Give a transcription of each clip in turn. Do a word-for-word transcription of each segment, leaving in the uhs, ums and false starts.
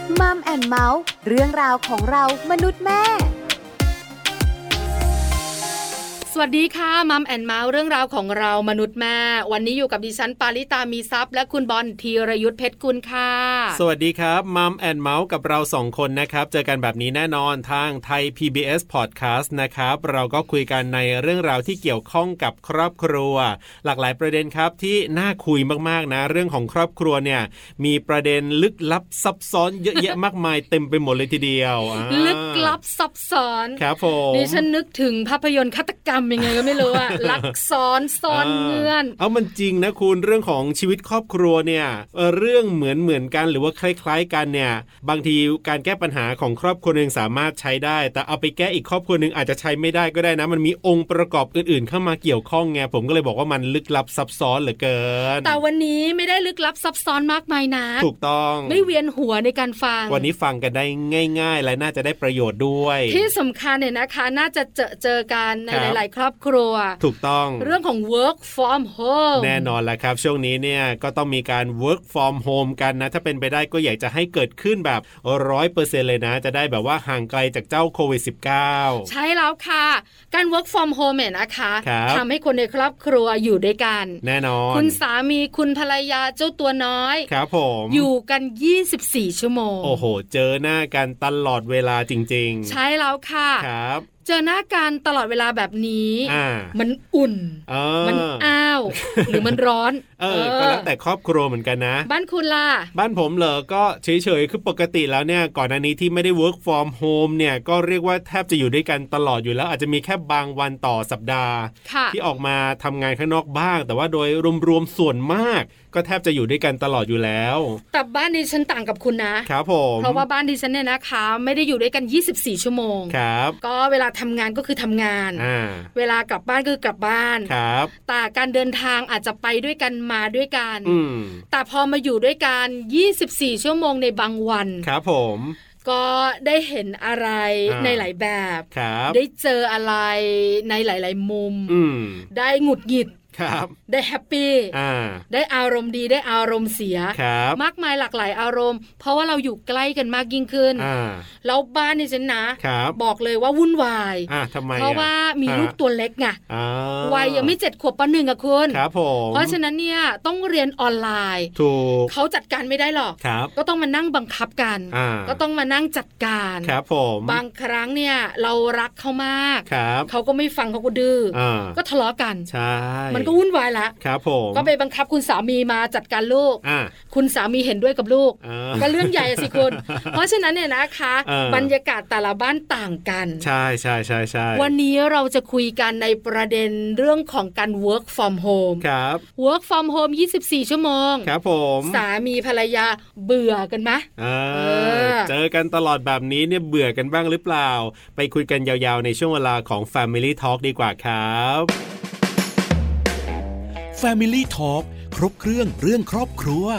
มัมแอนด์เมาส์เรื่องราวของเรามนุษย์แม่สวัสดีค่ะมัมแอนเมาส์เรื่องราวของเรามนุษย์แม่วันนี้อยู่กับดิฉันปาริตามีทรัพย์และคุณบอลธีรยุทธเพชรกุลค่ะสวัสดีครับมัมแอนเมาส์กับเราสองคนนะครับเจอกันแบบนี้แน่นอนทางไทย พี บี เอส Podcast นะครับเราก็คุยกันในเรื่องราวที่เกี่ยวข้องกับครอบครัวหลากหลายประเด็นครับที่น่าคุยมากๆนะเรื่องของครอบครัวเนี่ยมีประเด็นลึกลับซับซ้อนเยอะแยะมากมายเต็มไปหมดเลยทีเดียวลึกลับซับซ้อนครับผมดิฉันนึกถึงภาพยนตร์ฆาตกรรมยังไงก็ไม่รู้อะลักซ้อนซ้อนเงื่อนเอามันจริงนะคุณเรื่องของชีวิตครอบครัวเนี่ยเออเรื่องเหมือนเหมือนกันหรือว่าคล้ายๆกันเนี่ยบางทีการแก้ปัญหาของครอบครัวนึงสามารถใช้ได้แต่เอาไปแก้อีกครอบครัวนึงอาจจะใช้ไม่ได้ก็ได้นะมันมีองค์ประกอบอื่นๆเข้ามาเกี่ยวข้องไงผมก็เลยบอกว่ามันลึกลับซับซ้อนเหลือเกินแต่วันนี้ไม่ได้ลึกลับซับซ้อนมากมายนะถูกต้องไม่เวียนหัวในการฟังวันนี้ฟังกันได้ง่ายๆและน่าจะได้ประโยชน์ด้วยที่สำคัญเนี่ยนะคะน่าจะเจอเจอกันในหลายๆครอบครัวถูกต้องเรื่องของ work from home แน่นอนแหละครับช่วงนี้เนี่ยก็ต้องมีการ work from home กันนะถ้าเป็นไปได้ก็อยากจะให้เกิดขึ้นแบบ ร้อยเปอร์เซ็นต์ เลยนะจะได้แบบว่าห่างไกลจากเจ้าโควิด สิบเก้าใช่แล้วค่ะการ work from home เนี่ยนะคะทำให้คนในครอบครัวอยู่ด้วยกันแน่นอนคุณสามีคุณภรรยาเจ้าตัวน้อยครับผมอยู่กันยี่สิบสี่ชั่วโมงโอ้โหเจอหน้ากันตลอดเวลาจริงๆใช่แล้วค่ะครับเจอหน้ากันตลอดเวลาแบบนี้มันอุ่นมันอ้าวหรือมันร้อนเออก็แล้วแต่ครอบครัวเหมือนกันนะบ้านคุณล่ะบ้านผมเหรอก็เฉยๆคือปกติแล้วเนี่ยก่อนหน้านี้ที่ไม่ได้ work from home เนี่ยก็เรียกว่าแทบจะอยู่ด้วยกันตลอดอยู่แล้วอาจจะมีแค่บางวันต่อสัปดาห์ที่ออกมาทำงานข้างนอกบ้างแต่ว่าโดยรวมๆส่วนมากก็แทบจะอยู่ด้วยกันตลอดอยู่แล้วแต่บ้านดิฉันต่างกับคุณนะครับผมเพราะว่าบ้านดิฉันเนี่ยนะคะไม่ได้อยู่ด้วยกันยี่สิบสี่ชั่วโมงครับก็เวลาทำงานก็คือทำงานเวลากลับบ้านก็คือกลับบ้านครับแต่การเดินทางอาจจะไปด้วยกันมาด้วยกันแต่พอมาอยู่ด้วยกันยี่สิบสี่ชั่วโมงในบางวันครับผมก็ได้เห็นอะไรในหลายแบบได้เจออะไรในหลายๆมุมได้หงุดหงิดได้แฮปปี้ได้อารมณ์ดีได้อารมณ์เสียมากมายหลากหลายอารมณ์เพราะว่าเราอยู่ใกล้กันมากยิ่งขึ้นแล้วบ้านนี่ฉันนะบอกเลยว่าวุ่นวายเพราะว่ามีลูกตัวเล็กไงวัยยังไม่เจ็ดขวบปหนึ่งอะคุณเพราะฉะนั้นเนี่ยต้องเรียนออนไลน์เขาจัดการไม่ได้หรอกก็ต้องมานั่งบังคับกันก็ต้องมานั่งจัดการบางครั้งเนี่ยเรารักเขามากเขาก็ไม่ฟังเขาก็ดื้อก็ทะเลาะกันมันก็วุ่นวายละครับผมก็ไปบังคับคุณสามีมาจัดการลูกคุณสามีเห็นด้วยกับลูกก็เรื่องใหญ่สิคุณ เพราะฉะนั้นเนี่ยนะคะบรรยากาศแต่ละบ้านต่างกันใช่ใช่ใช่ใช่วันนี้เราจะคุยกันในประเด็นเรื่องของการ work from home ครับ work from home ยี่สิบสี่ชั่วโมงครับผมสามีภรรยาเบื่อกันไหมเออเจอกันตลอดแบบนี้เนี่ยเบื่อกันบ้างหรือเปล่าไปคุยกันยาวๆในช่วงเวลาของ Family Talk ดีกว่าครับ Family Talk ครบเครื่องเรื่องครอบครัว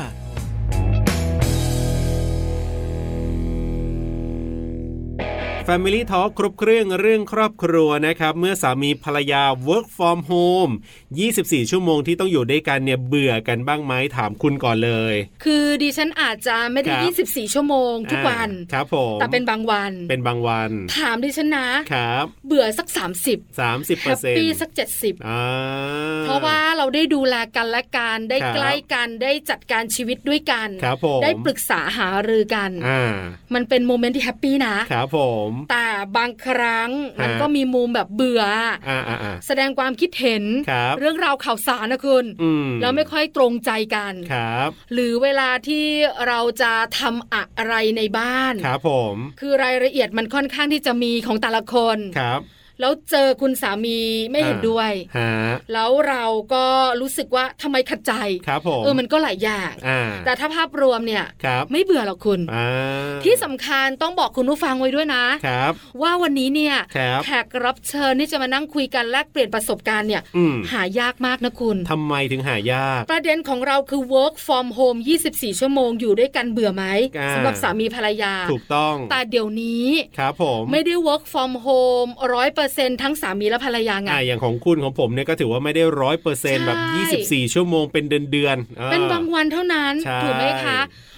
Family Talk ครบเครื่องเรื่องครอบครัวนะครับเมื่อสามีภรรยา work from home ยี่สิบสี่ชั่วโมงที่ต้องอยู่ด้วยกันเนี่ยเบื่อกันบ้างไหมถามคุณก่อนเลยคือดิฉันอาจจะไม่ได้ยี่สิบสี่ชั่วโมงทุกวันครับผมแต่เป็นบางวันเป็นบางวันถามดิฉันนะครับเบื่อสักสามสิบสามสิบเปอร์เซ็นต์แฮปปี้สักเจ็ดสิบอ่าเพราะว่าเราได้ดูแลกันและกันได้ใกล้กันได้จัดการชีวิตด้วยกันได้ปรึกษาหารือกันมันเป็นโมเมนต์ที่แฮปปี้นะครับผมแต่บางครั้งมันก็มีมุมแบบเบื่อแสดงความคิดเห็นเรื่องราวข่าวสารนะคุณแล้วไม่ค่อยตรงใจกันหรือเวลาที่เราจะทำอะไรในบ้านครับผมคือรายละเอียดมันค่อนข้างที่จะมีของแต่ละคนครับแล้วเจอคุณสามีไม่เห็นด้วยแล้วเราก็รู้สึกว่าทำไมขัดใจเออมันก็หลายอย่างแต่ถ้าภาพรวมเนี่ยไม่เบื่อหรอกคุณที่สำคัญต้องบอกคุณผู้ฟังไว้ด้วยนะว่าวันนี้เนี่ยแขกรับเชิญที่จะมานั่งคุยกันแลกเปลี่ยนประสบการณ์เนี่ยหายากมากนะคุณทำไมถึงหายากประเด็นของเราคือ work from home ยี่สิบสี่ชั่วโมงอยู่ด้วยกันเบื่อไหมสำหรับสามีภรรยาถูกต้องแต่เดี๋ยวนี้ครับผมไม่ได้ work from home ร้อยเปอร์เซ็นต์ ทั้งสามีและภรรยาไงอย่างของคุณของผมเนี่ยก็ถือว่าไม่ได้ ร้อยเปอร์เซ็นต์ แบบยี่สิบสี่ชั่วโมงเป็นเดือนๆเป็นบางวันเท่านั้นถูกไหมคะ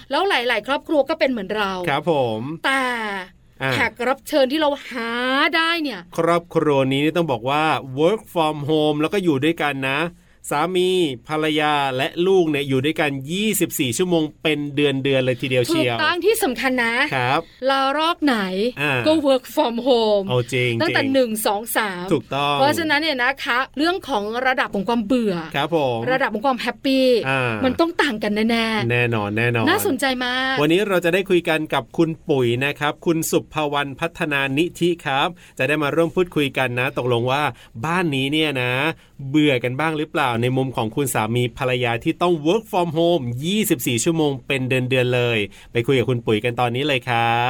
แล้วหลายๆครอบครัวก็เป็นเหมือนเราครับผมแต่แขกรับเชิญที่เราหาได้เนี่ยครอบครัวนี้ต้องบอกว่า work from home แล้วก็อยู่ด้วยกันนะสามีภรรยาและลูกเนี่ยอยู่ด้วยกันยี่สิบสี่ชั่วโมงเป็นเดือนเดือนเลยทีเดียวเชียวถูกต้องที่สำคัญนะครับลารอกไหนก็ work from home เอาจริงตั้งแต่หนึ่ง สอง สามถูกต้องเพราะฉะนั้นเนี่ยนะคะเรื่องของระดับของความเบื่อครับผมระดับของความแฮปปี้มันต้องต่างกันแน่ๆแน่นอนแน่นอนน่าสนใจมากวันนี้เราจะได้คุยกันกับคุณปุ๋ยนะครับคุณสุภวรรณพัฒนานิธิครับจะได้มาร่วมพูดคุยกันนะตกลงว่าบ้านนี้เนี่ยนะเบื่อกันบ้างหรือเปล่าในมุมของคุณสามีภรรยาที่ต้อง work from home ยี่สิบสี่ชั่วโมงเป็นเดือนๆเลยไปคุยกับคุณปุ๋ยกันตอนนี้เลยครับ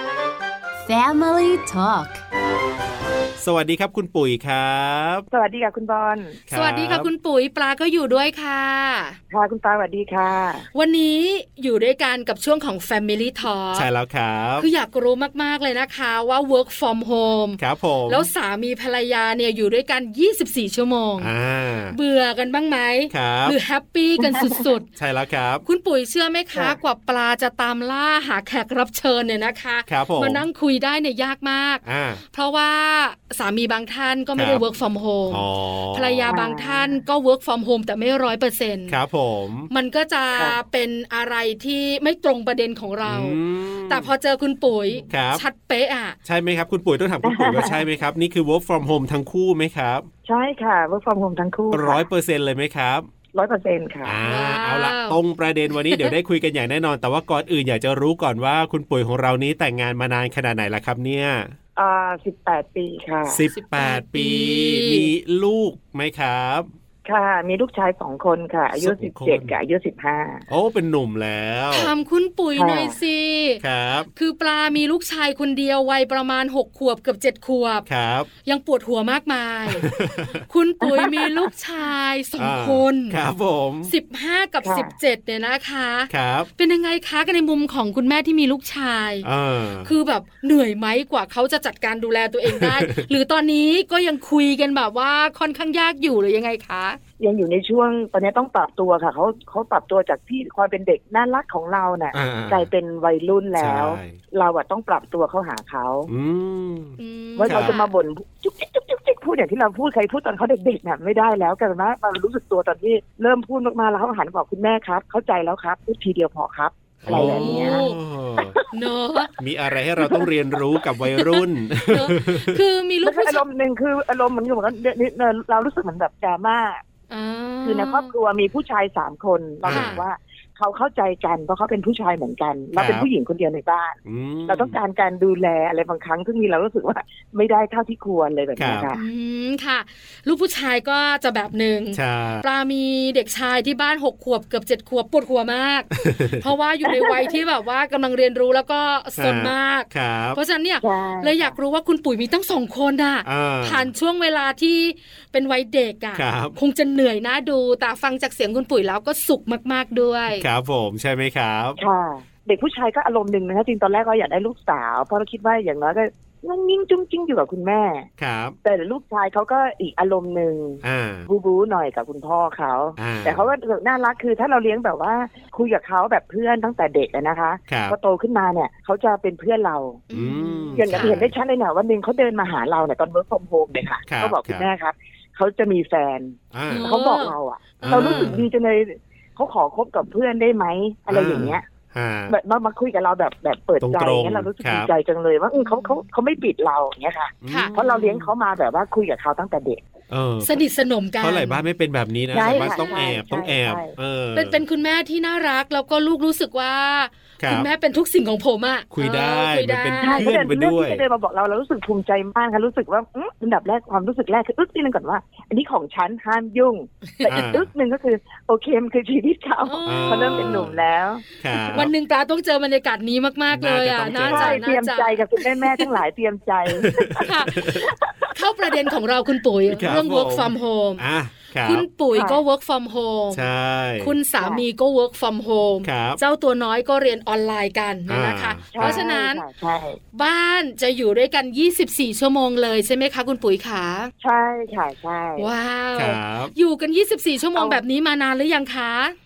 Family Talk สวัสดีครับคุณปุ๋ยครับสวัสดีค่ะคุณบอลสวัสดีค่ะคุณปุ๋ยปลาก็อยู่ด้วยค่ะค่ะคุณปลาสวัสดีค่ะวันนี้อยู่ด้วยกันกับช่วงของ Family Talk ใช่แล้วครับคืออยากรู้มากๆเลยนะคะว่า work from home ครับผมแล้วสามีภรรยาเนี่ยอยู่ด้วยกันยี่สิบสี่ชั่วโมงอ่าเบื่อกันบ้างไหมครับหรือแฮปปี้กันสุดๆ ใช่แล้วครับคุณปุ๋ยเชื่อไหมคะกว่าปลาจะตามล่าหาแขกรับเชิญเนี่ยนะคะมานั่งคุยได้เนี่ยยากมากเพราะว่าสามีบางท่านก็ไม่ได้ work from home ภรรยาบางท่านก็ work from home แต่ไม่ร้อยเปอร์เซ็นต์ครับผมมันก็จะเป็นอะไรที่ไม่ตรงประเด็นของเราแต่พอเจอคุณปุ๋ยชัดเป๊ะอ่ะใช่ไหมครับคุณปุ๋ยต้องถามคุณปุ๋ยว่าใช่ไหมครับนี่คือ work from home ทั้งคู่ไหมครับใช่ค่ะ work from home ทั้งคู่ร้อยเปอร์เซ็นต์เลยไหมครับร้อยเปอร์เซ็นต์ค่ะเอาละตรงประเด็นวันนี้เดี๋ยวได้คุยกันอย่างแน่นอนแต่ว่าก่อนอื่นอยากจะรู้ก่อนว่าคุณปุ๋ยของเรานี้แต่งงานมานานขนาดไหนล่ะครับเนี่ยอ่าสิบแปดปีค่ะสิบแปดปีมีลูกไหมครับค่ะมีลูกชายสองคนค่ะอายุสิบเจ็ดกับอายุสิบห้าโอ้เป็นหนุ่มแล้วถามคุณปุ๋ยหน่อยสิครับคือปลามีลูกชายคนเดียววัยประมาณหกขวบกับเจ็ดขวบครับยังปวดหัวมากมาย คุณปุ๋ยมีลูกชายสองคนครับผมสิบห้ากับสิบเจ็ดเนี่ยนะคะครับเป็นยังไงคะกันในมุมของคุณแม่ที่มีลูกชายคือแบบเหนื่อยไหมกว่าเขาจะจัดการดูแลตัวเองได้ หรือตอนนี้ก็ยังคุยกันแบบว่าค่อนข้างยากอยู่หรือยังไงคะยังอยู่ในช่วงตอนนี้ต้องปรับตัวค่ะเขาเขาปรับตัวจากที่ความเป็นเด็กน่ารักของเราเนี่ยกลายเป็นวัยรุ่นแล้วเราอะต้องปรับตัวเข้าหาเขาว่าเราจะมาบ่นจุ๊กจิ๊กจุ๊กจิ๊กจุ๊กพูดอย่างที่เราพูดใครพูดตอนเขาเด็กๆเนี่ยไม่ได้แล้วกันนะมารู้สึกตัวตอนที่เริ่มพูดมากๆแล้วเขาหันบอกคุณแม่ครับเข้าใจแล้วครับพูดทีเดียวพอครับอะไรแบบนี้เนอะมีอะไรให้เราต้องเรียนรู้กับวัยรุ่นคือมีลูกอารมณ์หนึ่งคืออารมณ์เหมือนกับเรารู้สึกเหมือนแบบดราม่าคือในครอบครัวมีผู้ชายสามคนเราเห็นว่าเขาเข้าใจกันเพราะเขาเป็นผู้ชายเหมือนกันเราเป็นผู้หญิงคนเดียวในบ้านเราต้องการการดูแลอะไรบางครั้งซึ่งมีเรารู้สึกว่าไม่ได้เท่าที่ควรเลยแบบนี้ค่ะค่ะลูกผู้ชายก็จะแบบนึงปลามีเด็กชายที่บ้านหกขวบเกือบเจ็ดขวบปวดหัวมาก เพราะว่าอยู่ในวัยที่แบบว่ากำลังเรียนรู้แล้วก็สนมากเพราะฉะนั้นเนี่ยเลยอยากรู้ว่าคุณปุ๋ยมีตั้งสองคนอ่ะผ่านช่วงเวลาที่เป็นวัยเด็กอ่ะคงจะเหนื่อยน่าดูแต่ฟังจากเสียงคุณปุ๋ยแล้วก็สุขมากๆด้วยครับผมใช่ไหมครับค่ะเด็กผู้ชายก็อารมณ์หนึ่งนะคะจริงตอนแรกก็อยากได้ลูกสาวเพราะเราคิดว่าอย่างน้อยก็นั่งนิ่งจุ้งจิ้งอยู่กับคุณแม่ครับแต่ลูกชายเขาก็อีกอารมณ์หนึ่งบูบูหน่อยกับคุณพ่อเขาแต่เขาก็น่ารักคือถ้าเราเลี้ยงแบบว่าคุยกับเขาแบบเพื่อนตั้งแต่เด็กนะคะพอโตขึ้นมาเนี่ยเขาจะเป็นเพื่อนเราอย่างที่เห็นได้ชัดเลยเนี่ยวันหนึ่งเขาเดินมาหาเราเนี่ยตอนเวิร์คฟรอมโฮมเลยค่ะเขาบอกคุณแม่ครับเขาจะมีแฟนเขาบอกเราอ่ะเรารู้สึกดีจังเลยเขาขอคบกับเพื่อนได้ไหมอะไรอย่างเงี้ยแบบมามาคุยกับเราแบบแบบเปิดใจงั้นเรารู้สึกดีใจจังเลยว่าเขาเขาเขาไม่ปิดเราอย่างเงี้ยค่ะเพราะเราเลี้ยงเขามาแบบว่าคุยกับเขาตั้งแต่เด็กสนิทสนมกันเพราะหลายบ้านไม่เป็นแบบนี้นะบ้านต้องแอบต้องแอบเป็นเป็นคุณแม่ที่น่ารักแล้วก็ลูกรู้สึกว่าคุณแม่เป็นทุกสิ่งของผมอ่ะคุยได้เป็นเพื่อนไปด้วยที่เดินมาบอกเราเรารู้สึกภูมิใจมากค่ะรู้สึกว่าอันดับแรกความรู้สึกแรกคืออึ๊กนิดนึงก่อนว่าอันนี้ของฉันห้ามยุ่งแต่อีกอึ๊กนึงก็คือโอเคมันคือชีวิตเขาเขาเริ่มเป็นหนุ่มแล้ววันนึงปลาต้องเจอบรรยากาศนี้มากๆเลยอ่ะน่าจะเตรียมใจกับคุณแม่ๆทั้งหลายเตรียมใจเข้าประเด็นของเราคุณปุ๋ยเรื่อง work from home คุณปุ๋ยก็ work from home ใช่คุณสามีก็ work from home เจ้าตัวน้อยก็เรียนออนไลน์กันนะคะเพราะฉะนั้นบ้านจะอยู่ด้วยกันยี่สิบสี่ชั่วโมงเลยใช่ไหมคะคุณปุ๋ยคะใช่ค่ะใช่ว้าวอยู่กันยี่สิบสี่ชั่วโมงแบบนี้มานานหรือยังคะ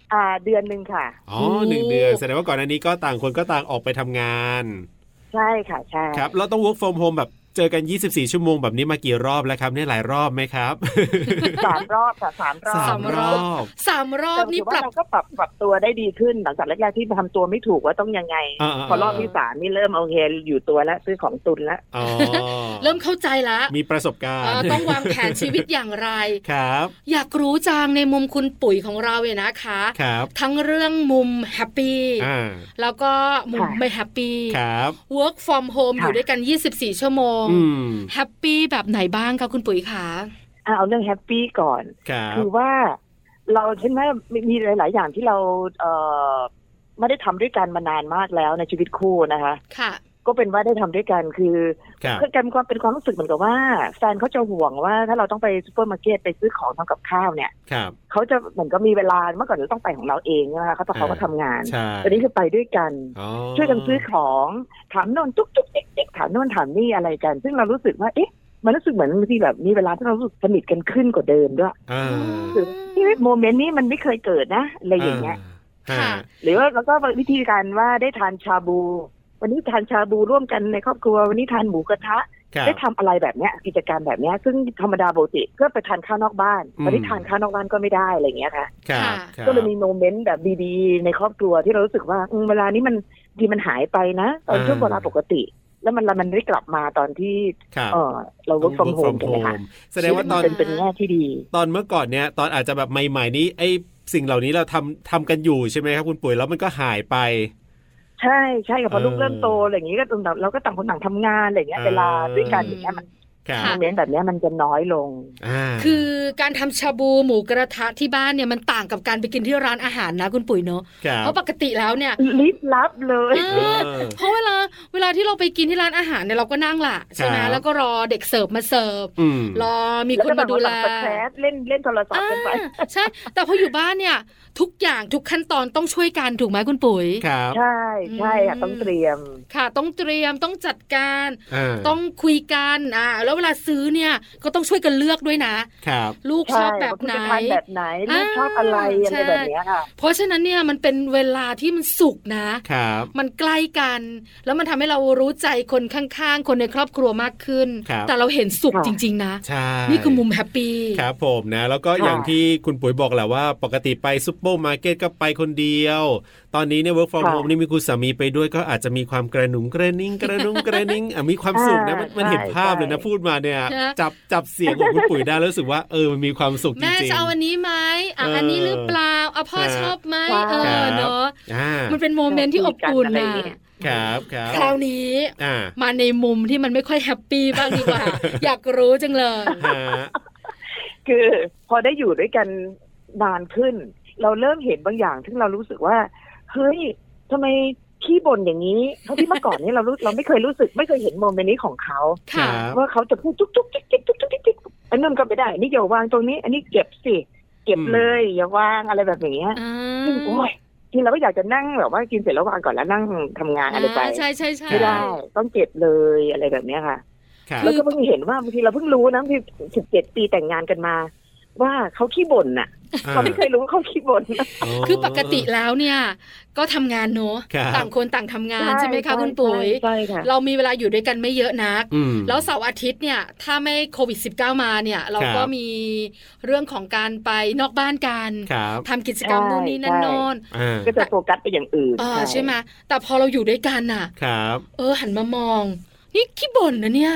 อ่าเดือนนึงค่ะอ๋อหนึ่งเดือนแสดงว่าก่อนหน้านี้ก็ต่างคนก็ต่างออกไปทำงานใช่ค่ะใช่ครับแล้วต้อง work from home แบบเจอกันยี่สิบสี่ชั่วโมงแบบนี้มากี่รอบแล้วครับเนี่ยหลายรอบไหมครับสามรอบค่ะสามรอบสามรอบสามรอบนี่ปรับเราก็ปรับปรับตัวได้ดีขึ้นหลังจากแรกๆที่ทำตัวไม่ถูกว่าต้องยังไงพอรอบที่สามนี่เริ่มโอเคอยู่ตัวแล้วซื้อของตุนแล้วเริ่มเข้าใจละมีประสบการณ์ต้องวางแผนชีวิตอย่างไรครับอยากรู้จังในมุมคุณปุ๋ยของเราเนี่ยนะคะครับทั้งเรื่องมุมแฮปปี้แล้วก็มุมไม่แฮปปี้ work from home อยู่ด้วยกันยี่สิบสี่ชั่วโมงแฮปปี้แบบไหนบ้างคะคุณปุ๋ยคะเอาเรื่องแฮปปี้ก่อนคือว่าเราเช่นว่ามีหลายๆอย่างที่เราเอ่อไม่ได้ทำด้วยกันมานานมากแล้วในชีวิตคู่นะคะค่ะก็เป็นว่าได้ทำด้วยกันคือคือกันความเป็นความรู้สึกเหมือนกับว่าแฟนเขาจะห่วงว่าถ้าเราต้องไปซูเปอร์มาร์เก็ตไปซื้อของทำกับข้าวเนี่ยเขาจะเหมือนก็มีเวลาเมื่อก่อนเราต้องไปของเราเองนะคะเขาแต่เขาก็ทำงานตอนนี้คือไปด้วยกันช่วยกันซื้อของถามโน่นตุ๊กตุ๊กติ๊กติ๊กถามโน่นถามนี่อะไรกันซึ่งเรารู้สึกว่าเอ๊ะมันรู้สึกเหมือนที่แบบมีเวลาที่เราสนิทกันขึ้นกว่าเดิมด้วยคือที่โมเมนต์นี้มันไม่เคยเกิดนะอะไรอย่างเงี้ยหรือว่าแล้วก็วิธีการว่าได้ทานชาบูวันนี้ทานชาบูร่วมกันในครอบครัววันนี้ทานหมูกระทะได้ทำอะไรแบบเนี้ยกิจการแบบเนี้ยซึ่งธรรมดาปกติเพื่อไปทานข้าวนอกบ้านวันนี้ทานข้าวนอกบ้านก็ไม่ได้อะไรอย่างเงี้ยค่ะก็เลยมีโมเมนต์แบบดีๆในครอบครัวที่เรารู้สึกว่าเวลานี้มันดีมันหายไปนะตอนช่วงเวลาปกติแล้วมันมันได้กลับมาตอนที่เออเรา work from home กันนะคะแสดงว่าตอนเป็นเป็นแง่ที่ดีตอนเมื่อก่อนเนี้ยตอนอาจจะแบบใหม่ๆนี้ไอ้สิ่งเหล่านี้เราทำทำกันอยู่ใช่ไหมครับคุณปุ๋ยแล้วมันก็หายไปใช่ใช่กับพอลูกเริ่มโตอะไรอย่างนี้ก็ต่างเราก็ต่างคนต่างทำงานอะไรอย่างเงี้ยเวลาด้วยกันอย่างเงี้ยมันโมเมนต์แบบนี้มันจะน้อยลงคือการทำชาบูหมูกระทะที่บ้านเนี่ยมันต่างกับการไปกินที่ร้านอาหารนะคุณปุ๋ยเนาะเพราะปกติแล้วเนี่ยลิบลับเลยเพราะเวลาเวลาที่เราไปกินที่ร้านอาหารเนี่ยเราก็นั่งละใช่ไหมแล้วก็รอเด็กเสิร์ฟมาเสิร์ฟรอมีคนมาดูแลเล่นเล่นโทรศัพท์กันไปใช่แต่พออยู่บ้านเนี่ยทุกอย่างทุกขั้นตอนต้องช่วยกันถูกไหมคุณปุ๋ยใช่ใช่ค่ะต้องเตรียมค่ะต้องเตรียมต้องจัดการต้องคุยกันอ่าแล้วเวลาซื้อเนี่ยก็ต้องช่วยกันเลือกด้วยนะครับลูกชอบแบบไหนแบบไหนลูกชอบอะไรอะไรแบบนี้ค่ะเพราะฉะนั้นเนี่ยมันเป็นเวลาที่มันสุกนะครับมันใกล้กันแล้วมันทำให้เรารู้ใจคนข้างๆคนในครอบครัวมากขึ้นแต่เราเห็นสุกจริงๆนะนี่คือมุมแฮปปี้ครับผมนะแล้วก็อย่างที่คุณปุ๋ยบอกแหละว่าปกติไปซุปเปอร์มาร์เก็ตก็ไปคนเดียวตอนนี้เนี่ย work from home นี่มีคุณสามีไปด้วยก็อาจจะมีความกระหนุ่งกระนิ่งกระนุ่งกระนิ่งมีความสุขนะมันเห็นภาพเลยนะพูดมาเนี่ยจับจับเสียงของคุณปุ๋ยได้รู้สึกว่าเออมันมีความสุขจริงๆแม่จะเอาอันนี้ไหมอ่ะอันนี้หรือเปล่าอ่ะพ่อชอบไหมเออเนาะมันเป็นโมเมนต์ที่อบอุ่นนะครับครับคราวนี้มาในมุมที่มันไม่ค่อยแฮปปี้บ้างดีกว่าอยากรู้จังเลยคือพอได้อยู่ด้วยกันนานขึ้นเราเริ่มเห็นบางอย่างที่เรารู้สึกว่าเฮ้ยทำไมขี้บ่นอย่างนี้เท่าที่เมื่อก่อนนี้เราเราไม่เคยรู้สึกไม่เคยเห็นโมเมนต์นี้ของเขาว่าเขาจะพูดจุกจุกจิกจิกจุกจุกจิกจิกอันนั้นก็ไม่ได้นี่อย่าวางตรงนี้อันนี้เก็บสิเก็บเลยอย่าวางอะไรแบบนี้ซึ่งโอ้ยจริงเราก็อยากจะนั่งแบบว่ากินเสร็จแล้ววางก่อนแล้วนั่งทำงานอะไรไปใช่ใช่ใช่ไม่ได้ต้องเก็บเลยอะไรแบบนี้ค่ะแล้วก็เพิ่งเห็นว่าบางทีเราเพิ่งรู้นะที่สิบเจ็ดปีแต่งงานกันมาว่าเขาขี้บ่นน่ะเขาไม่เคยรู้ว่าเขาขี้บ่นคือปกติแล้วเนี่ยก็ทำงานเนอะต่างคนต่างทำงานใช่ไหมคะคุณปุ๋ยเรามีเวลาอยู่ด้วยกันไม่เยอะนักแล้วเสาร์อาทิตย์เนี่ยถ้าไม่โควิด สิบเก้า มาเนี่ยเราก็มีเรื่องของการไปนอกบ้านกันทำกิจกรรมนู่นนี่นั่นโน่นก็จะโฟกัสไปอย่างอื่นใช่ไหมแต่พอเราอยู่ด้วยกันน่ะเออหันมามองนี่ขี้บ่นนะเนี่ย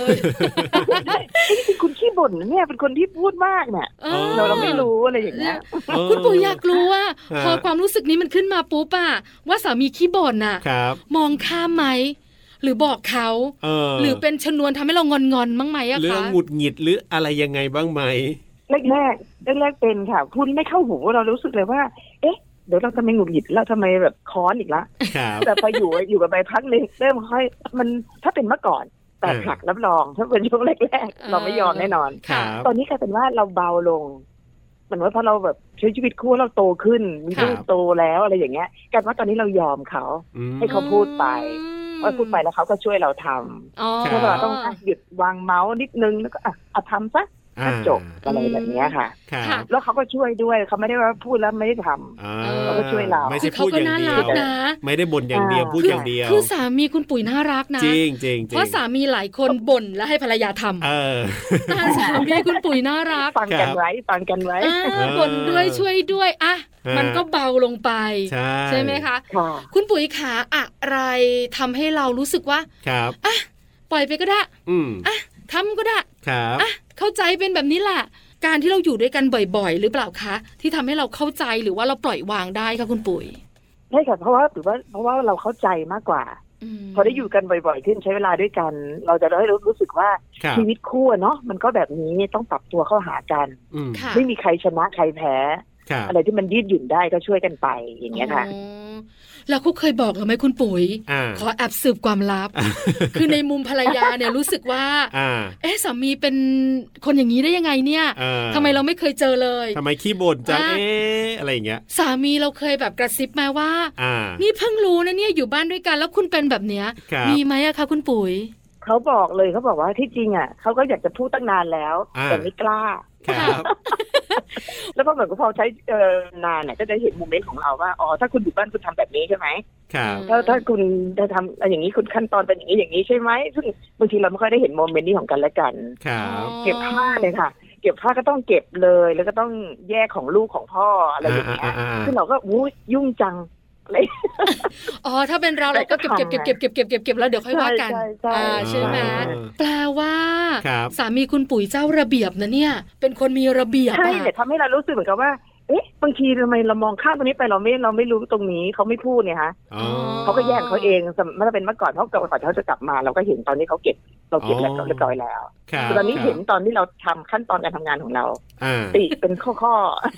นี่คุณขี้บ่นนะเนี่ยเป็นคนที่พูดมากเนี่ยเราเราไม่รู้อะไรอย่างเงี้ยคุณปู่อยากรู้ว่าพอความรู้สึกนี้มันขึ้นมาปุ๊บอะว่าสามีขี้บ่นน่ะมองข้ามไหมหรือบอกเขาหรือเป็นชนวนทำให้เรางอนๆบ้างไหมอะคะเรื่องหงุดหงิดหรืออะไรยังไงบ้างไหมแรกแรกแรกเป็นค่ะพูดไม่เข้าหูเรารู้สึกเลยว่าเอ๊ะเดี๋ยวเราทำไมหงุดหงิดแล้วทำไมแบบค้อนอีกละแต่พออยู่อยู่กับใบพักนึงเริ่มค่อยมันถ้าเป็นเมื่อก่อนแต่ผลักรับรองถ้าเป็นช่วงแรกๆเราไม่ยอมแน่นอนตอนนี้กลายเป็นว่าเราเบาลงเหมือนว่าพอเราแบบใช้ชีวิตคู่เราโตขึ้นมีลูกโตแล้วอะไรอย่างเงี้ยกลายว่าตอนนี้เรายอมเขาให้เขาพูดไปพอพูดไปแล้วเขาก็ช่วยเราทำเพราะเราต้องหยุดวางเมาส์นิดนึงแล้วก็อ่ะทำซะก็จบอะไรแบบนี้ค่ะแล้วเขาก็ช่วยด้วยเขาไม่ได้ว่าพูดแล้วไม่ได้ทำเขาก็ช่วยเราคือเขาก็น่ารักนะไม่ได้บ่นอย่างเดียวพูดอย่างเดียวคือสามีคุณปุ๋ยน่ารักนะจริงจริงเพราะสามีหลายคนบ่นแล้วให้ภรรยาทำแต่สามีคุณปุ๋ยน่ารักฟังกันไว้ฟังกันไว้บ่นด้วยช่วยด้วยอ่ะมันก็เบาลงไปใช่ไหมคะคุณปุ๋ยขาอะไรทำให้เรารู้สึกว่าอ่ะปล่อยไปก็ได้อ่ะทำก็ได้อ่ะเข้าใจเป็นแบบนี้แหละการที่เราอยู่ด้วยกันบ่อยๆหรือเปล่าคะที่ทำให้เราเข้าใจหรือว่าเราปล่อยวางได้คะคุณปุ๋ยใช่ค่ะเพราะว่าหรือว่าเพราะว่าเราเข้าใจมากกว่าพอได้อยู่กันบ่อยๆขึ้นใช้เวลาด้วยกันเราจะได้รู้สึกว่าชีวิตคู่เนาะมันก็แบบนี้ต้องปรับตัวเข้าหากันไม่มีใครชนะใครแพ้อะไรที่มันยืดหยุ่นได้ก็ช่วยกันไปอย่างเงี้ยค่ะแล้วเขาเคยบอกหรือไม่คุณปุ๋ยขอแอบสืบความลับ คือในมุมภรรยาเนี่ยรู้สึกว่าเอ๊ะสามีเป็นคนอย่างนี้ได้ยังไงเนี่ยทำไมเราไม่เคยเจอเลยทำไมขี้บ่นจังเอ๊ะอะไรอย่างเงี้ยสามีเราเคยแบบกระซิบมาว่านี่เพิ่งรู้นะเนี่ยอยู่บ้านด้วยกันแล้วคุณเป็นแบบเนี้ยมีไหมอะคะคุณปุ๋ยเขาบอกเลยเขาบอกว่าที่จริงอ่ะเขาก็อยากจะพูดตั้งนานแล้วแต่ไม่กล้าแล้วพอเหมือนกับพอใช้เอ่อนานเนี่ยก็จะเห็นโมเมนต์ของเราว่าอ๋อถ้าคุณอยู่บ้านคุณทำแบบนี้ใช่ไหมถ้าถ้าคุณจะทำอย่างนี้คุณขั้นตอนเป็นอย่างนี้อย่างนี้ใช่ไหมซึ่งบางทีเราไม่ค่อยได้เห็นโมเมนต์นี้ของกันและกันเก็บผ้าเลยค่ะเก็บผ้าก็ต้องเก็บเลยแล้วก็ต้องแยกของลูกของพ่ออะไรอย่างเงี้ยซึ่งเราก็วู้ยุ่งจังอ๋อถ้าเป็นเราเราก็เก็บเก็บเก็บเก็บเก็บเก็บเก็บเก็บแล้วเดี๋ยวค่อยว่ากันใช่ไหมแปลว่าสามีคุณปุ๋ยเจ้าระเบียบนะเนี่ยเป็นคนมีระเบียบใช่แต่ทำให้เรารู้สึกเหมือนกับว่าเอ๊ะบางทีทำไมเรามองข้ามตรงนี้ไปเราไม่เราไม่รู้ตรงนี้เขาไม่พูดเนี่ยฮะเขาก็แยกเขาเองไม่ได้เป็นเมื่อก่อนเพราะก่อนเขาจะกลับมาเราก็เห็นตอนนี้เขาเก็บเราเก็บแล้วเรียบร้อยแล้วตอนนี้เห็นตอนที่เราทำขั้นตอนการทำงานของเราติเป็นข้อ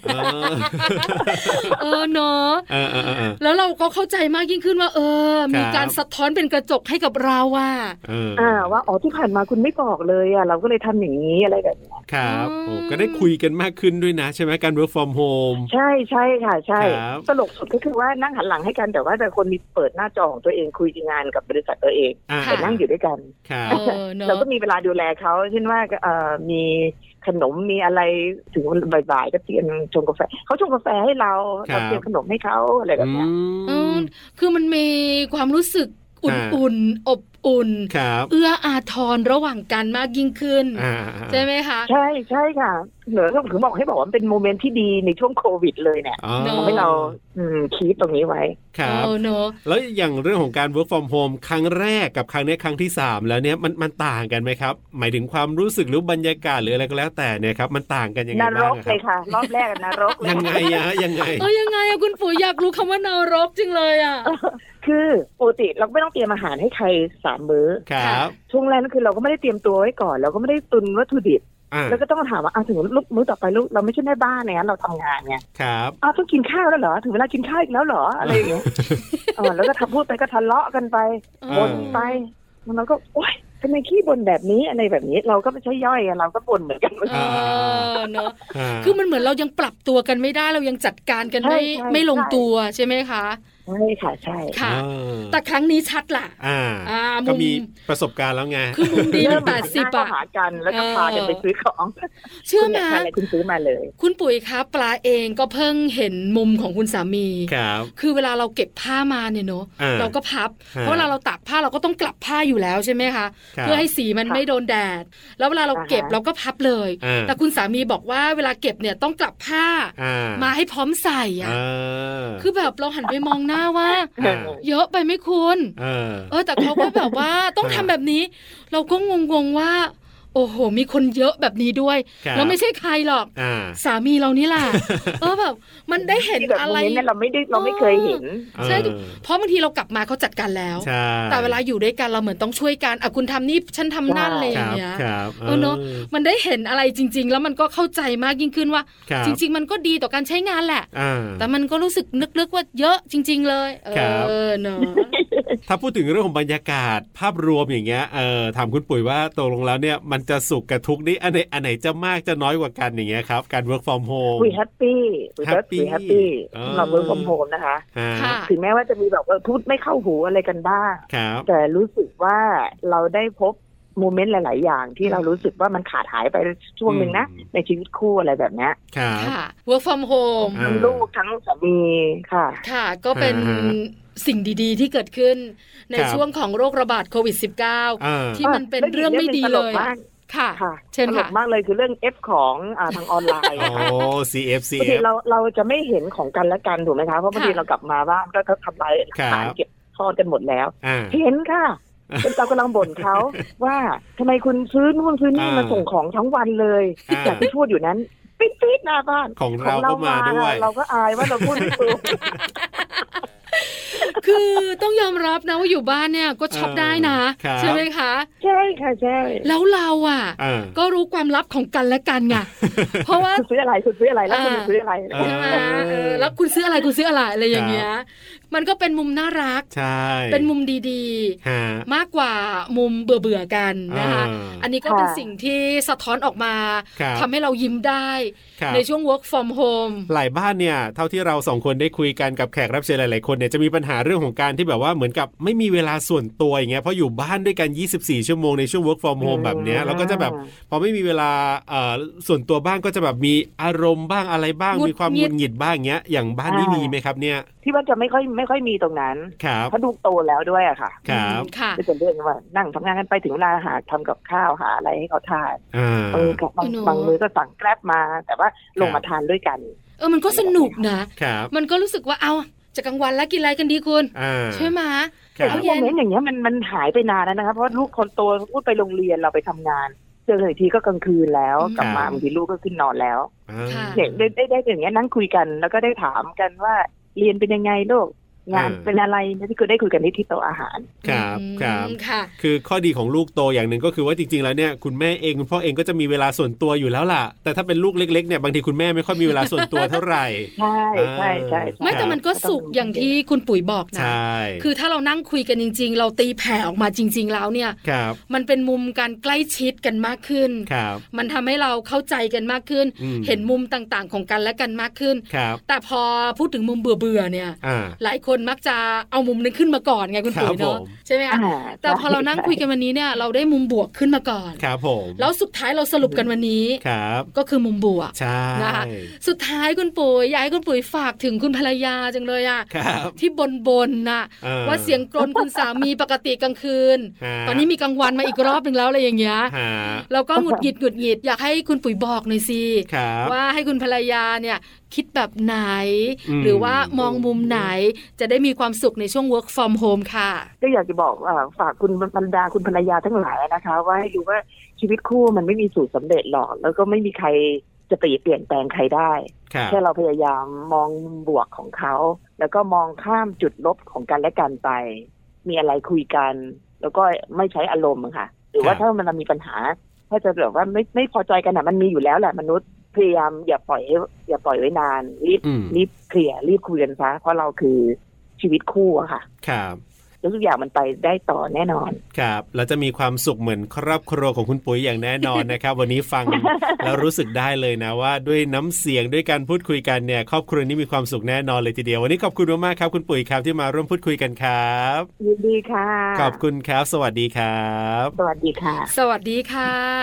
ๆเออเนาะแล้วเราก็เข้าใจมากยิ่งขึ้นว่าเออมีการสะท้อนเป็นกระจกให้กับเราว่าอ่าว่าอ๋อที่ผ่านมาคุณไม่บอกเลยอ่ะเราก็เลยทำอย่างนี้อะไรแบบนี้ครับโอ้ก็ได้คุยกันมากขึ้นด้วยนะใช่ไหมการ work from home ใช่ใช่ค่ะใช่ตลกสุดก็คือว่านั่งหันหลังให้กันแต่ว่าแต่คนมีเปิดหน้าจอของตัวเองคุยงานกับบริษัทตัวเองแต่นั่งอยู่ด้วยกันเราก็มีเวลาดูแลเขาเช่นว่าเอ่อมีขนมมีอะไรถึงบ่ายๆก็เตรียมชงกาแฟเขาชงกาแฟให้เราเราเตรียมขนมให้เขาอะไรแบบนี้คือมันมีความรู้สึกอุ่นๆอบอุ่นเอื้ออาทรระหว่างกันมากยิ่งขึ้นใช่ไหมคะใช่ใช่ค่ะเหนือถึงบอกให้บอกว่าเป็นโมเมนต์ที่ดีในช่วงโควิดเลยเนี่ยทำให้เราคีปตรงนี้ไว้ครับแล้วอย่างเรื่องของการ work from home ครั้งแรกกับครั้งนี้ครั้งที่สามแล้วเนี่ยมันมันต่างกันไหมครับหมายถึงความรู้สึกหรือบรรยากาศหรืออะไรก็แล้วแต่เนี่ยครับมันต่างกันยังไงบ้างนรกเลยค่ะรอบแรกนรกยังไงอะยังไงเออยังไงอะคุณปุ๋ยอยากรู้คำว่านรกจริงเลยอะคือปกติเราไม่ต้องเตรียมอาหารให้ใครสามมื้อครับช่วงแรกนั่นคือเราก็ไม่ได้เตรียมตัวไว้ก่อนเราก็ไม่ได้ตุนวัตถุดิบแล้วก็ต้องถามว่าอ้าวถึงลูกมื้อต่อไปลูกเราไม่ใช่แม่บ้านเนี่ยเราทำงานไงครับอ้าวต้องกินข้าวแล้วเหรอถึงเวลากินข้าวอีกแล้วเหรออะไรอย่างเงี้ยอ๋อแล้วก็ทำพูดไปก็ทะเลาะกันไปบ่นไปมันก็โอ๊ยทำไมขี้บ่นแบบนี้อะไรแบบนี้เราก็ไม่ใช่ย่อยอะเราก็บ่นเหมือนกันเออเนาะคือมันเหมือนเรายังปรับตัวกันไม่ได้เรายังจัดการกันไม่ไม่ลงตัวใช่ไหมคะใช่ค่ะใช่ค่ะแต่ครั้งนี้ชัดล่ะอ่าก็มีประสบการณ์แล้วไงคือมุมดีเป็นแปดสิบอะหากันแล้วก็พากันไปซื้อของเชื่อไหมอะไรคุณซื้อมาเลยคุณปุ๋ยคะปลาเองก็เพิ่งเห็นมุมของคุณสามีครับคือเวลาเราเก็บผ้ามาเนี่ยเนาะเราก็พับเพราะเวลาเราตากผ้าเราก็ต้องกลับผ้าอยู่แล้วใช่ไหมคะเพื่อให้สีมันไม่โดนแดดแล้วเวลาเราเก็บเราก็พับเลยแต่คุณสามีบอกว่าเวลาเก็บเนี่ยต้องกลับผ้ามาให้พร้อมใส่อ่ะคือแบบเราหันไปมองหน้าว่าเยอะไปไหมคุณเออเออแต่เขาก็แบบว่าต้องทำแบบนี้เราก็งงๆว่าโอ้โหมีคนเยอะแบบนี้ด้วยแล้วไม่ใช่ใครหรอกสามีเรานี่แหละเออแบบมันได้เห็นอะไรเราไม่ได้เราไม่เคยเห็นใช่เพราะบางทีเรากลับมาเขาจัดการแล้วแต่เวลาอยู่ด้วยกันเราเหมือนต้องช่วยกันอ่ะคุณทำนี่ฉันทำนั่นอะไรอย่างเงี้ยเออเนาะมันได้เห็นอะไรจริงๆแล้วมันก็เข้าใจมากยิ่งขึ้นว่าจริงๆมันก็ดีต่อการใช้งานแหละแต่มันก็รู้สึกนึกๆว่าเยอะจริงๆเลยเออเนาะถ้าพูดถึงเรื่องของบรรยากาศภาพรวมอย่างเงี้ยเออถามคุณปุ๋ยว่าตกลงแล้วเนี่ยมันจะสุขกับทุกข์นี่อันไหนอันไหนจะมากจะน้อยกว่ากันอย่างเงี้ยครับการ work from home คุยแฮปปี้คุยแฮปปี้แฮปปี้เรา work from home นะคะถึงแม้ว่าจะมีแบบว่าพูดไม่เข้าหูอะไรกันบ้างแต่รู้สึกว่าเราได้พบโมเมนต์หลายๆอย่างที่เรารู้สึกว่ามันขาดหายไปช่วงหนึ่งนะในชีวิตคู่อะไรแบบนี้ค่ะ work from home ทั้งลูกทั้งสามีค่ะค่ะก็เป็นสิ่งดีๆที่เกิดขึ้นในช่วงของโรคระบาดโควิด สิบเก้า ที่มันเป็นเรื่องไม่ดีเลยค่ะเช่นค่ะมากเลยคือเรื่อง F ของอ่าทางออนไลน์โอ้ ซี เอฟ ซี เอฟบางทีเราเราจะไม่เห็นของกันและกันถูกไหมคะเพราะบางทีเรากลับมาบ้านก็ทำลายฐานเก็บทอดกันหมดแล้วเห็นค่ะเป็นเรากำลังบ่นเขาว่าทำไมคุณซื้อนู่นซื้อนี่มาส่งของทั้งวันเลยจากที่พูดอยู่นั้นปิดๆหน้าบ้านของเราก็มาด้วยเราก็อายว่าเราพูดไม่ถูกคือต้องยอมรับนะว่าอยู่บ้านเนี่ยก็ช็อปได้นะใช่ไหมคะใช่ค่ะใช่แล้วเราอ่ะก็รู้ความลับของกันและกันไงเพราะว่าคุณซื้ออะไรคุณซื้ออะไรแล้วคุณซื้ออะไรใช่ไหมแล้วคุณซื้ออะไรคุณซื้ออะไรอะไรอย่างเงี้ยมันก็เป็นมุมน่ารักเป็นมุมดีๆมากกว่ามุมเบื่อๆกันนะคะอันนี้ก็เป็นสิ่งที่สะท้อนออกมาทำให้เรายิ้มได้ในช่วง work from home หลายบ้านเนี่ยเท่าที่เราสองคนได้คุยกันกับแขกรับเชิญหลายๆคนเนี่ยจะมีปัญหาเรื่องของการที่แบบว่าเหมือนกับไม่มีเวลาส่วนตัวอย่างเงี้ยเพราะอยู่บ้านด้วยกันยี่สิบสี่ชั่วโมงในช่วง work from home แบบเนี้ยแล้วก็จะแบบพอไม่มีเวลาเอ่อส่วนตัวบ้างก็จะแบบมีอารมณ์บ้างอะไรบ้างมีความหงุดหงิดบ้างเงี้ยอย่างบ้านนี้มีไหมครับเนี่ยที่ว่าจะไม่ค่อยไม่ค่อยมีตรงนั้นเพราะลูกโตแล้วด้วยอะค่ะครับไม่เป็นเรื่องว่านั่งทำงานกันไปถึงเวลาหาทำกับข้าวหาอะไรให้เขาทานเออบางบางมื้อก็สั่งแกร็บมาแต่ว่าลงมาทานด้วยกันเออมันก็สนุกนะมันก็รู้สึกว่าเอาจะกลางวันแล้วกินอะไรกันดีคุณใช่ไหมแต่โมเมนต์อย่างเงี้ยมันมันหายไปนานแล้วนะคะเพราะลูกคนโตพูดไปโรงเรียนเราไปทำงานเจอเลยทีก็กลางคืนแล้วกลับมาบางทีลูกก็ขึ้นนอนแล้วเนี่ยได้ได้ได้อย่างเงี้ยนั่งคุยกันแล้วก็ได้ถามกันว่าเรียนเป็นยังไงลูกงานเป็นอะไรที่คือได้คุยกันที่โต๊ะอาหารครับครับคือข้อดีของลูกโตอย่างหนึ่งก็คือว่าจริงๆแล้วเนี่ยคุณแม่เองคุณพ่อเองก็จะมีเวลาส่วนตัวอยู่แล้วล่ะแต่ถ้าเป็นลูกเล็กๆเนี่ยบางทีคุณแม่ไม่ค่อยมีเวลาส่วนตัวเท่าไหร่ใช่ใช่ใช่ไม่แต่มันก็สุขอย่างที่คุณปุ๋ยบอกนะคือถ้าเรานั่งคุยกันจริงๆเราตีแผ่ออกมาจริงๆแล้วเนี่ยมันเป็นมุมการใกล้ชิดกันมากขึ้นมันทำให้เราเข้าใจกันมากขึ้นเห็นมุมต่างๆของกันและกันมากขึ้นแต่พอพูดถึงมุมเบื่อๆเนี่ยหลายคนมักจะเอามุมนึงขึ้นมาก่อนไงคุณปุ๋ยเนาะใช่ไหมคะแต่พอเรานั่งคุยกันวันนี้เนี่ยเราได้มุมบวกขึ้นมาก่อนครับผมแล้วสุดท้ายเราสรุปกันวันนี้ก็คือมุมบวกนะคะสุดท้ายคุณปุ๋ยอยากให้คุณปุ๋ยฝากถึงคุณภรรยาจังเลยอะที่บนๆน่ะว่าเสียงกรนคุณสามีปกติกลางคืนตอนนี้มีกลางวันมาอีกรอบนึงแล้วอะไรอย่างเงี้ยแล้วก็หงุดหงิดหงุดหงิดอยากให้คุณปุ๋ยบอกหน่อยสิว่าให้คุณภรรยาเนี่ยคิดแบบไหนหรือว่ามองมุมไหนจะได้มีความสุขในช่วง work from home ค่ะก็อยากจะบอกว่าฝากคุณบรรดาคุณภรรยาทั้งหลายนะคะว่าให้รู้ว่าชีวิตคู่มันไม่มีสูตรสำเร็จหรอกแล้วก็ไม่มีใครจะไปเปลี่ยนแปลงใครได้แค่เราพยายามมองบวกของเขาแล้วก็มองข้ามจุดลบของกันและกันไปมีอะไรคุยกันแล้วก็ไม่ใช้อารมณ์ค่ะหรือว่าถ้ามันมีปัญหาถ้าจะแบบว่าไม่ไม่พอใจกันอ่ะมันมีอยู่แล้วแหละมนุษย์พยายามอย่าปล่อยอย่าปล่อยไว้นานรีบรีบเคลียร์รีบคุยกันซะเพราะเราคือชีวิตคู่อะค่ะครับทุกอย่างมันไปได้ต่อแน่นอนครับแล้วจะมีความสุขเหมือนครอบครัวของคุณปุ๋ยอย่างแน่นอนนะครับ วันนี้ฟัง แล้วรู้สึกได้เลยนะว่าด้วยน้ำเสียงด้วยการพูดคุยกันเนี่ยครอบครัวนี้มีความสุขแน่นอนเลยทีเดียววันนี้ขอบคุณมากๆครับคุณปุ๋ยครับที่มาร่วมพูดคุยกันครับยินดีค่ะขอบคุณครับสวัสดีครับสวัสดีค่ะสวัสดีค่ะ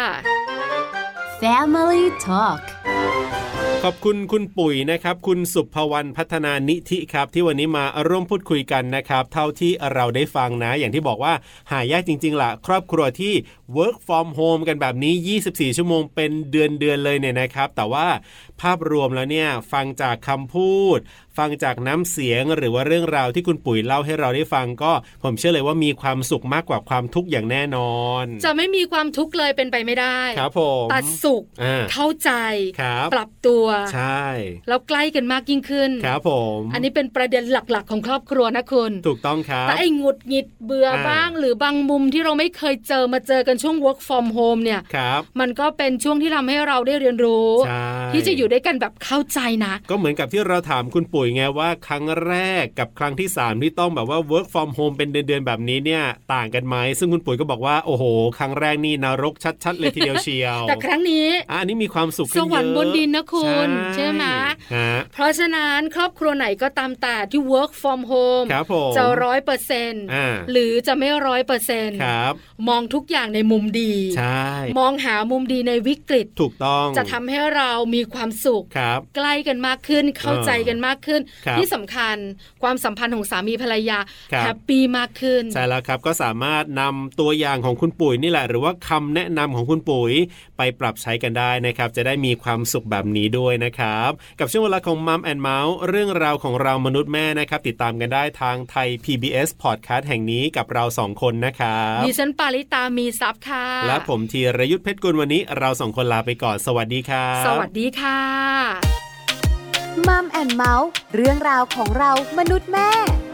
Family Talk ขอบคุณคุณปุ๋ยนะครับคุณสุภวรรณพัฒนานิธิครับที่วันนี้มาร่วมพูดคุยกันนะครับเท่าที่เราได้ฟังนะอย่างที่บอกว่าหายากจริงๆล่ะครอบครัวที่ work from home กันแบบนี้ยี่สิบสี่ชั่วโมงเป็นเดือนๆเลยเนี่ยนะครับแต่ว่าภาพรวมแล้วเนี่ยฟังจากคำพูดฟังจากน้ำเสียงหรือว่าเรื่องราวที่คุณปุ๋ยเล่าให้เราได้ฟังก็ผมเชื่อเลยว่ามีความสุขมากกว่าความทุกข์อย่างแน่นอนจะไม่มีความทุกข์เลยเป็นไปไม่ได้ครับผมตัดสุขเข้าใจปรับตัวใช่แล้วใกล้กันมากยิ่งขึ้นครับผมอันนี้เป็นประเด็นหลักๆของครอบครัวนะคุณถูกต้องครับแต่ไอ้หงุดหงิดเบื่อบ้างหรือบางมุมที่เราไม่เคยเจอมาเจอกันช่วง work from home เนี่ยมันก็เป็นช่วงที่ทำให้เราได้เรียนรู้ที่จะอยู่ด้วยกันแบบเข้าใจนะก็เหมือนกับที่เราถามคุณปุ๋ยยไงว่าครั้งแรกกับครั้งที่สามที่ต้องแบบว่า work from home เป็นเดือนๆแบบนี้เนี่ยต่างกันไหมซึ่งคุณปุ๋ยก็บอกว่าโอ้โหครั้งแรกนี่นรกชัดๆเลยทีเดียวเชียวแต่ครั้งนี้อันนี้มีความสุขขึ้นเยอะสวรรค์บนดินนะคุณใช่ไหมเพราะฉะนั้นครอบครัวไหนก็ตามแต่ที่ work from home จะร้อยเปอร์เซ็นต์หรือจะไม่ร้อยเปอร์เซ็นต์มองทุกอย่างในมุมดีมองหามุมดีในวิกฤตถูกต้องจะทำให้เรามีความสุขใกล้กันมากขึ้นเข้าใจกันมากขึ้นที่สำคัญความสัมพันธ์ของสามีภรรยาแฮปปี้มากขึ้นใช่แล้วครับก็สามารถนำตัวอย่างของคุณปุ๋ยนี่แหละหรือว่าคำแนะนำของคุณปุ๋ยไปปรับใช้กันได้นะครับจะได้มีความสุขแบบนี้ด้วยนะครับกับช่วงเวลาของมัมแอนด์เมาส์เรื่องราวของเรามนุษย์แม่นะครับติดตามกันได้ทางไทย พี บี เอส Podcast แห่งนี้กับเราสองคนนะครับดิฉันปาริตามีซับค่ะและผมธีรยุทธเพชรกุลวันนี้เราสองคนลาไปก่อนสวัสดีครับสวัสดีค่ะมัมแอนด์เมาส์เรื่องราวของเรามนุษย์แม่